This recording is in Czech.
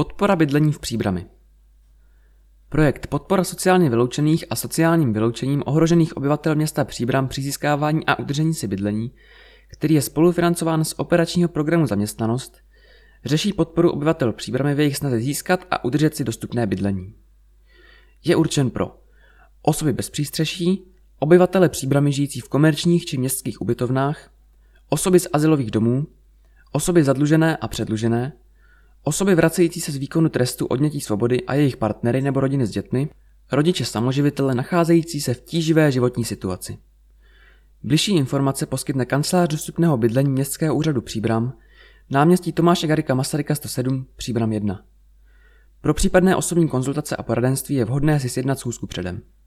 Podpora bydlení v Příbrami. Projekt Podpora sociálně vyloučených a sociálním vyloučením ohrožených obyvatel města Příbram při získávání a udržení si bydlení, který je spolufinancován z operačního programu Zaměstnanost, řeší podporu obyvatel Příbramy v jejich snaze získat a udržet si dostupné bydlení. Je určen pro osoby bez přístřeší, obyvatele Příbramy žijící v komerčních či městských ubytovnách, osoby z azylových domů, osoby zadlužené a předlužené, osoby vracející se z výkonu trestu odnětí svobody a jejich partnery nebo rodiny s dětmi, rodiče samoživitele nacházející se v tíživé životní situaci. Bližší informace poskytne kancelář dostupného bydlení Městského úřadu Příbram, náměstí Tomáše Garrigua Masaryka 107, Příbram 1. Pro případné osobní konzultace a poradenství je vhodné si sjednat schůzku předem.